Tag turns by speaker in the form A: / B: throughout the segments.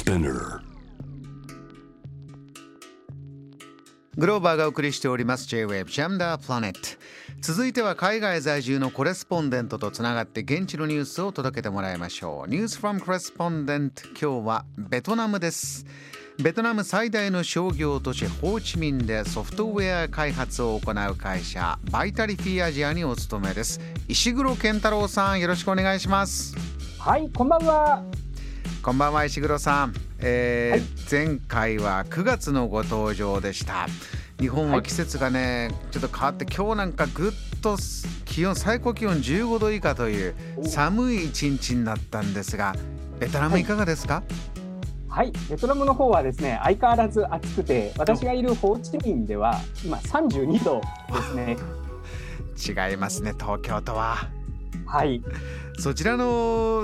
A: Spinner。
B: グローバーがお送りしております J-Wave Jam the Planet。 続いては海外在住のコレスポンデントとつながって現地のニュースを届けてもらいましょう。 News from Correspondent。 今日はベトナムです。ベトナム最大の商業都市ホーチミンでソフトウェア開発を行う会社バイタリフィアジアにお勤めです。石黒健太郎さん、よろしくお願いします。
C: はい、こんばんは。
B: こんばんは石黒さん。前回は9月のご登場でした。日本は季節がね、ちょっと変わって今日なんかぐっと最高気温15度以下という寒い一日になったんですが、ベトナムいかがですか？
C: はい、ベトナムの方はですね、相変わらず暑くて、私がいるホーチミンでは今32度ですね。
B: 違いますね、東京とは。
C: はい、
B: そちらの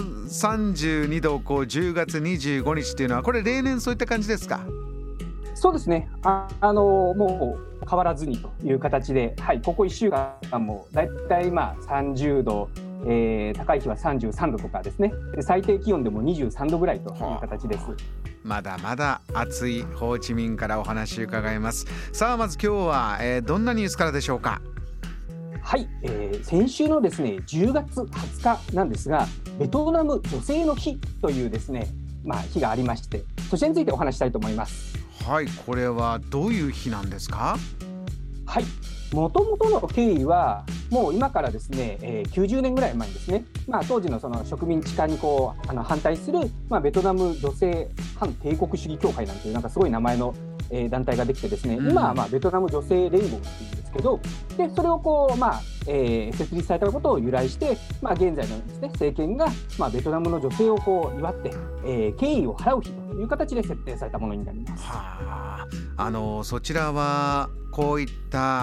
B: 32度10月25日っていうのはこれ例年そういった感じですか？
C: そうですね。もう変わらずにという形で、はい、ここ1週間もだいたい30度、高い日は33度とかですね。最低気温でも23度ぐらいという形です。
B: まだまだ暑いホーチミンからお話伺います。さあまず今日は、どんなニュースからでしょうか？
C: はい、先週のですね10月20日なんですが、ベトナム女性の日というですね、日がありまして、そちらについてお話したいと思います。
B: はい、これはどういう日なんですか？
C: はい、もともとの経緯はもう今からですね、90年ぐらい前にですね、当時のその植民地化に反対する、ベトナム女性反帝国主義協会なんていうなんかすごい名前の、団体ができてですね、今はベトナム女性連合っていうんですけど、でそれを設立されたことを由来して、現在のですね政権が、ベトナムの女性を祝って、敬意を払う日という形で設定されたものになります。
B: そちらはこういった、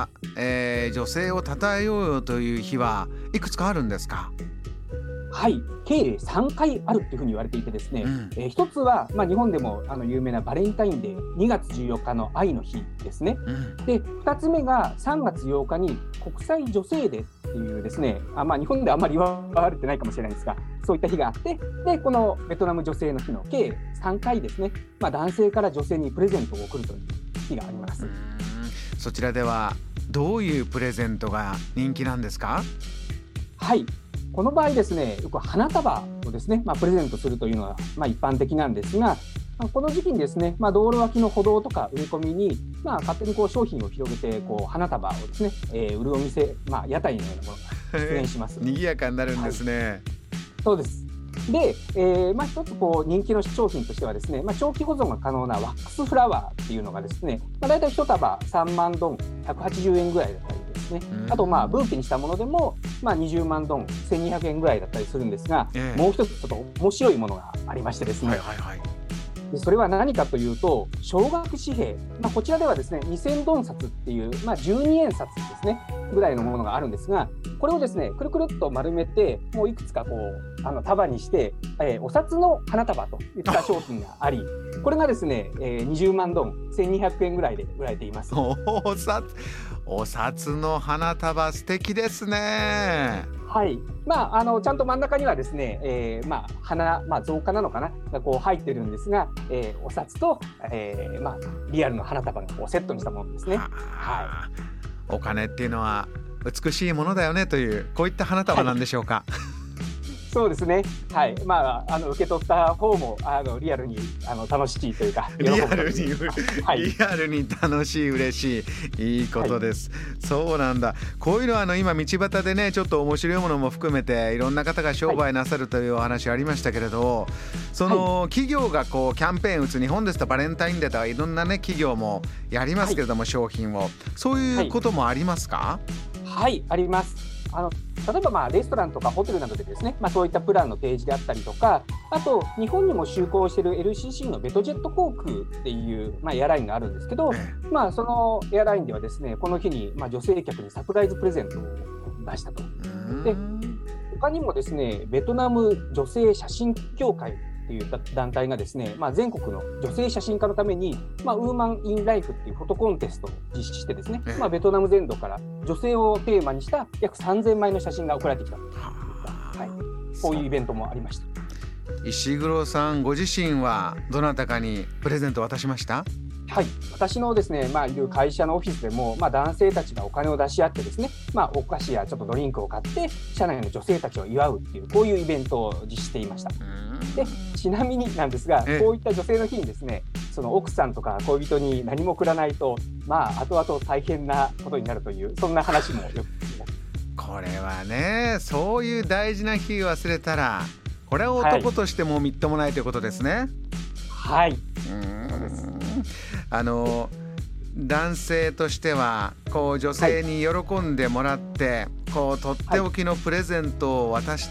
B: 女性を称えようよという日はいくつかあるんですか？
C: はい、計3回あるというふうに言われていてですね、一つは、日本でも有名なバレンタインデー2月14日の愛の日ですね。で2つ目が3月8日に国際女性デーっていうですね、日本ではあまり言われてないかもしれないんですが、そういった日があって、でこのベトナム女性の日の計3回ですね、男性から女性にプレゼントを贈るという日があります。
B: そちらではどういうプレゼントが人気なんですか？
C: はい、この場合ですね、よく花束をですね、プレゼントするというのが、一般的なんですが、この時期にですね、道路脇の歩道とか植え込みに、勝手に商品を広げて花束をですね、売るお店、屋台のようなものが出現します。
B: 賑やかになるんですね。はい、
C: そうです。で、一つ人気の商品としてはですね、長期保存が可能なワックスフラワーっていうのがですね、だいたい1束3万ドン180円ぐらいだったりですね、あとブーケにしたものでも、20万ドン1200円ぐらいだったりするんですが、もう一つちょっと面白いものがありましてですね、でそれは何かというと少額紙幣、こちらではですね2000ドン札っていう、12円札ですねぐらいのものがあるんですが、これをですねくるくるっと丸めて、もういくつか束にして、お札の花束といった商品があり、これがですね、20万ドン1200円ぐらいで売られています。
B: お札の花束素敵ですね。
C: はい、ちゃんと真ん中にはですね、花、造花なのかなが入ってるんですが、お札と、リアルの花束のセットにしたものですね。
B: お金っていうのは美しいものだよねという、こういった花束なんでしょうか？
C: そうですね。はい。受け取った方もリアルに楽しいというか、
B: リアルに楽しい、嬉しい、いいことです。そうなんだ。こういうのは今道端でね、ちょっと面白いものも含めていろんな方が商売なさるというお話ありましたけれど、その企業がキャンペーン打つ、日本ですとバレンタインデーとかいろんなね企業もやりますけれども、商品をそういうこともありますか？
C: はい、あります。例えばレストランとかホテルなどでですね、そういったプランの提示であったりとか、あと日本にも就航している LCC のベトジェット航空っていう、エアラインがあるんですけど、そのエアラインではですねこの日に、女性客にサプライズプレゼントを出したと。で他にもですねベトナム女性写真協会っていう団体がですね、全国の女性写真家のために、ウーマン・イン・ライフっていうフォトコンテストを実施してですね、ベトナム全土から女性をテーマにした約3000枚の写真が送られてきたという、こういうイベントもありました。
B: 石黒さんご自身はどなたかにプレゼントを渡しました？
C: はい、私のですね、いる会社のオフィスでも、男性たちがお金を出し合ってですね、お菓子やちょっとドリンクを買って社内の女性たちを祝うっていうこういうイベントを実施していました。でちなみになんですが、こういった女性の日にですね、その奥さんとか恋人に何もくらないと後々大変なことになるという、そんな話もよく聞きます。
B: これはね、そういう大事な日忘れたらこれは男としてもみっともないということですね。
C: はい、
B: 男性としてはこう女性に喜んでもらって、こうとっておきのプレゼントを渡して、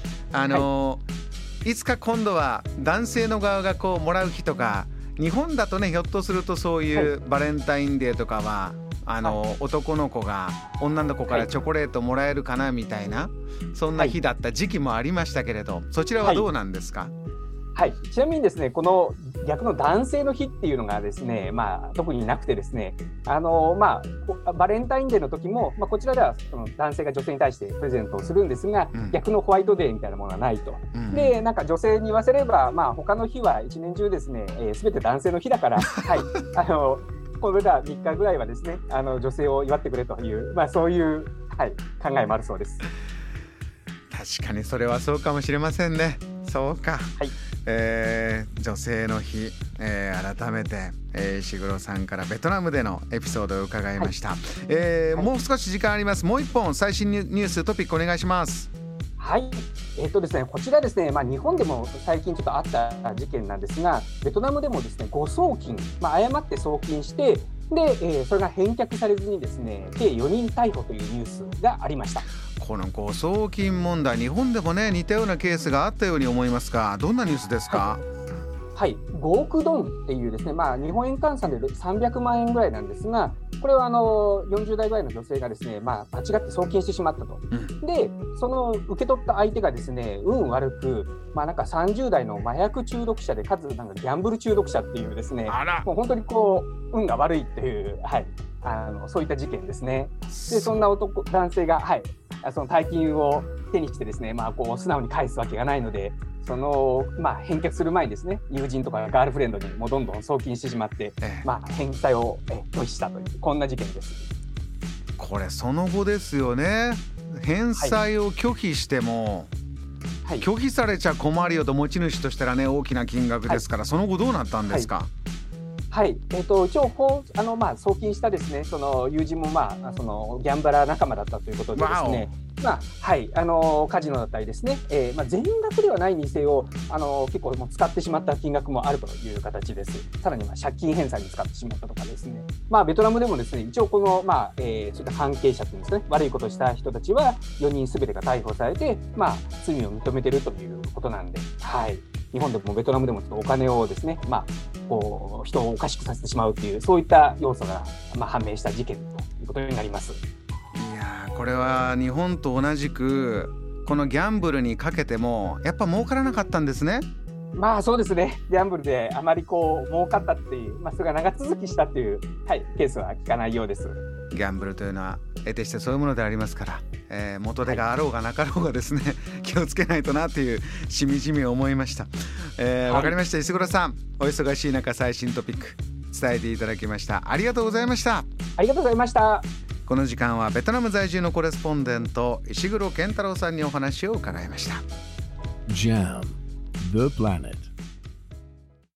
B: いつか今度は男性の側がこうもらう日とか、日本だとねひょっとするとそういうバレンタインデーとかは男の子が女の子からチョコレートもらえるかなみたいな、そんな日だった時期もありましたけれど、そちらはどうなんですか？
C: はい、ちなみにですね、この逆の男性の日っていうのがですね、特になくてですね、バレンタインデーの時も、こちらではその男性が女性に対してプレゼントをするんですが、逆のホワイトデーみたいなものはないと。でなんか女性に言わせれば、他の日は一年中ですね、全て男性の日だからはいこれら3日ぐらいはですね、女性を祝ってくれという、そういう、考えもあるそうです。
B: 確かにそれはそうかもしれませんね。そうか、女性の日、改めて、石黒さんからベトナムでのエピソードを伺いました。もう少し時間あります。もう一本最新ニューストピックお願いします。
C: はい、ですね、こちらですね、日本でも最近ちょっとあった事件なんですが、ベトナムでもですね誤送金、誤って送金してで、それが返却されずにですね計4人逮捕というニュースがありました。
B: この誤送金問題、日本でもね似たようなケースがあったように思いますが、どんなニュースですか？
C: はい、5億ドンっていうですね、日本円換算で300万円ぐらいなんですが、これは40代ぐらいの女性がですね、間違って送金してしまったと。でその受け取った相手がですね運悪く、なんか30代の麻薬中毒者で、かつなんかギャンブル中毒者っていうですね、もう本当にこう運が悪いっていう、そういった事件ですね。でそんな男性が、その大金を手にしてですね、こう素直に返すわけがないので、その返却する前にですね、友人とかガールフレンドにもうどんどん送金してしまって、返済を拒否したという、こんな事件です。
B: これその後ですよね。返済を拒否しても、拒否されちゃ困るよと持ち主としたらね、大きな金額ですから、その後どうなったんですか？
C: 一応送金したですね、その友人もそのギャンブラー仲間だったということでですね、カジノだったりですね、全額ではないにせよ結構もう使ってしまった金額もあるという形です。さらに借金返済に使ってしまったとかですね、ベトナムでもですね一応この、そういった関係者というんですかね、悪いことをした人たちは4人すべてが逮捕されて、罪を認めているということなんで、日本でもベトナムでもちょっとお金をですね、こう人をおかしくさせてしまうという、そういった要素が、判明した事件ということになります。
B: いやこれは日本と同じくこのギャンブルにかけてもやっぱ儲からなかったんですね。
C: そうですね、ギャンブルであまりこう儲かったっていう、それが長続きしたっていう、ケースは聞かないようです。
B: ギャンブルというのは得てしてそういうものでありますから、元手があろうがなかろうがですね、気をつけないとなというしみじみ思いました。わかりました。石黒さん、お忙しい中最新トピック伝えていただきました。ありがとうございました。
C: ありがとうございました。
B: この時間はベトナム在住のコレスポンデント石黒健太郎さんにお話を伺いました。
A: JAM The Planet